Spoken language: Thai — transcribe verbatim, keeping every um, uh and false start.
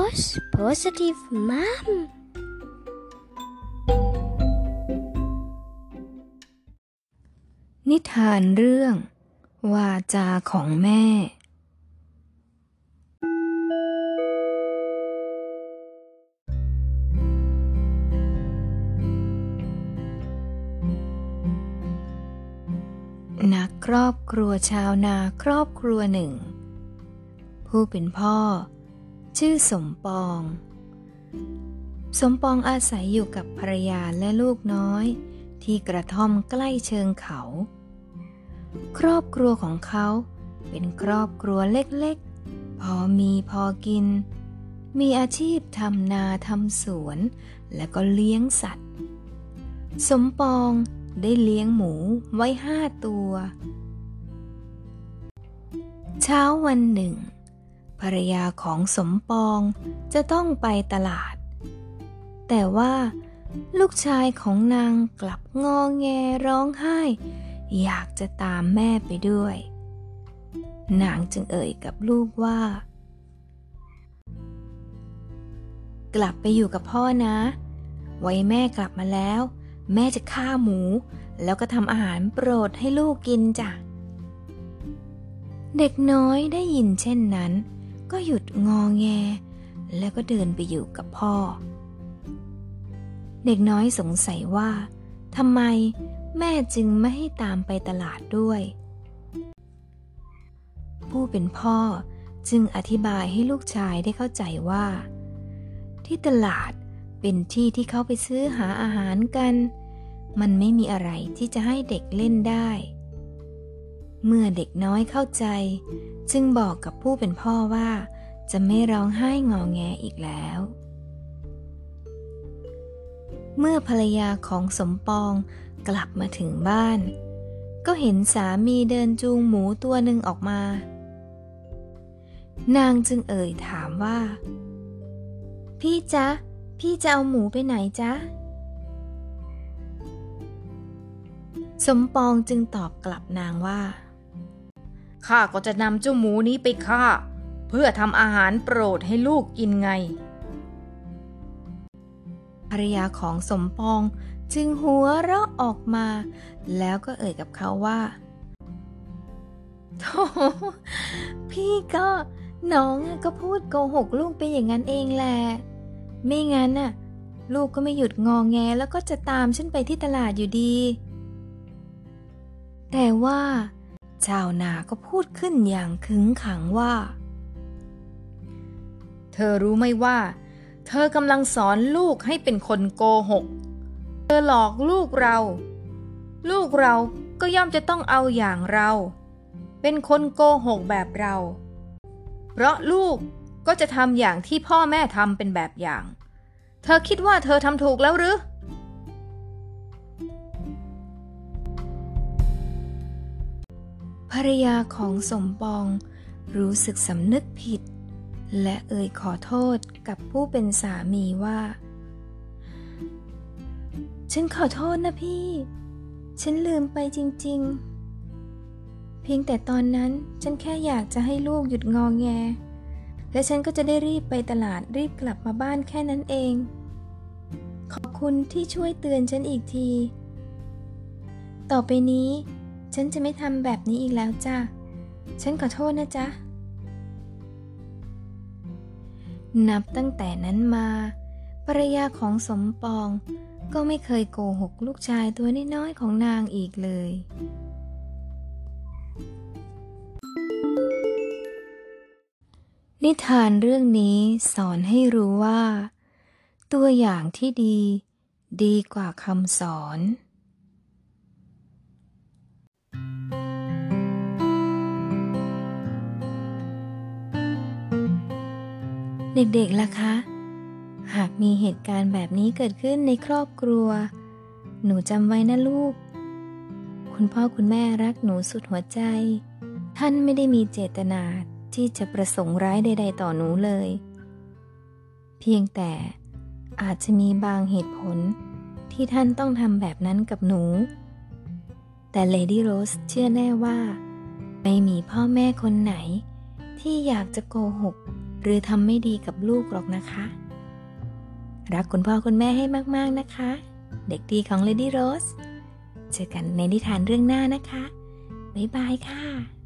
Rose Positive Mom นิทานเรื่องวาจาของแม่นักครอบครัวชาวนาครอบครัวหนึ่งผู้เป็นพ่อชื่อสมปองสมปองอาศัยอยู่กับภรรยาและลูกน้อยที่กระท่อมใกล้เชิงเขาครอบครัวของเขาเป็นครอบครัวเล็กๆพอมีพอกินมีอาชีพทำนาทำสวนและก็เลี้ยงสัตว์สมปองได้เลี้ยงหมูไว้ห้าตัวเช้าวันหนึ่งภรรยาของสมปองจะต้องไปตลาดแต่ว่าลูกชายของนางกลับงอแงร้องไห้อยากจะตามแม่ไปด้วยนางจึงเอ่ยกับลูกว่ากลับไปอยู่กับพ่อนะไว้แม่กลับมาแล้วแม่จะฆ่าหมูแล้วก็ทำอาหารโปรดให้ลูกกินจ้ะเด็กน้อยได้ยินเช่นนั้นก็หยุดงอแงแล้วก็เดินไปอยู่กับพ่อเด็กน้อยสงสัยว่าทำไมแม่จึงไม่ให้ตามไปตลาดด้วยผู้เป็นพ่อจึงอธิบายให้ลูกชายได้เข้าใจว่าที่ตลาดเป็นที่ที่เขาไปซื้อหาอาหารกันมันไม่มีอะไรที่จะให้เด็กเล่นได้เมื่อเด็กน้อยเข้าใจจึงบอกกับผู้เป็นพ่อว่าจะไม่ร้องไห้งอแงอีกแล้วเมื่อภรรยาของสมปองกลับมาถึงบ้านก็เห็นสามีเดินจูงหมูตัวหนึ่งออกมานางจึงเอ่ยถามว่าพี่จ๊ะพี่จะเอาหมูไปไหนจ๊ะสมปองจึงตอบกลับนางว่าข้าก็จะนำเจ้าหมูนี้ไปฆ่าเพื่อทำอาหารโปรดให้ลูกกินไงภรรยาของสมปองจึงหัวเราะออกมาแล้วก็เอ่ยกับเขาว่าโธ่พี่ก็น้องก็พูดโกหกลูกไปอย่างนั้นเองแหละไม่งั้นน่ะลูกก็ไม่หยุดงอแงแล้วก็จะตามฉันไปที่ตลาดอยู่ดีแต่ว่าชาวนาก็พูดขึ้นอย่างขึงขังว่าเธอรู้ไหมว่าเธอกำลังสอนลูกให้เป็นคนโกหกเธอหลอกลูกเราลูกเราก็ย่อมจะต้องเอาอย่างเราเป็นคนโกหกแบบเราเพราะลูกก็จะทำอย่างที่พ่อแม่ทำเป็นแบบอย่างเธอคิดว่าเธอทำถูกแล้วหรือภรรยาของสมปองรู้สึกสำนึกผิดและเอ่ยขอโทษกับผู้เป็นสามีว่าฉันขอโทษนะพี่ฉันลืมไปจริงๆเพียงแต่ตอนนั้นฉันแค่อยากจะให้ลูกหยุดงอแงและฉันก็จะได้รีบไปตลาดรีบกลับมาบ้านแค่นั้นเองขอบคุณที่ช่วยเตือนฉันอีกทีต่อไปนี้ฉันจะไม่ทำแบบนี้อีกแล้วจ้ะฉันขอโทษนะจ๊ะนับตั้งแต่นั้นมาภรรยาของสมปองก็ไม่เคยโกหกลูกชายตัวน้อยๆของนางอีกเลยนิทานเรื่องนี้สอนให้รู้ว่าตัวอย่างที่ดีดีกว่าคำสอนเด็กๆล่ะคะหากมีเหตุการณ์แบบนี้เกิดขึ้นในครอบครัวหนูจำไว้นะลูกคุณพ่อคุณแม่รักหนูสุดหัวใจท่านไม่ได้มีเจตนาที่จะประสงค์ร้ายใดๆต่อหนูเลยเพียงแต่อาจจะมีบางเหตุผลที่ท่านต้องทำแบบนั้นกับหนูแต่เลดี้โรสเชื่อแน่ว่าไม่มีพ่อแม่คนไหนที่อยากจะโกหกหรือทำไม่ดีกับลูกหรอกนะคะ รักคุณพ่อคุณแม่ให้มากๆนะคะเด็กดีของ Lady Rose เจอกันในนิทานเรื่องหน้านะคะบ๊ายบายค่ะ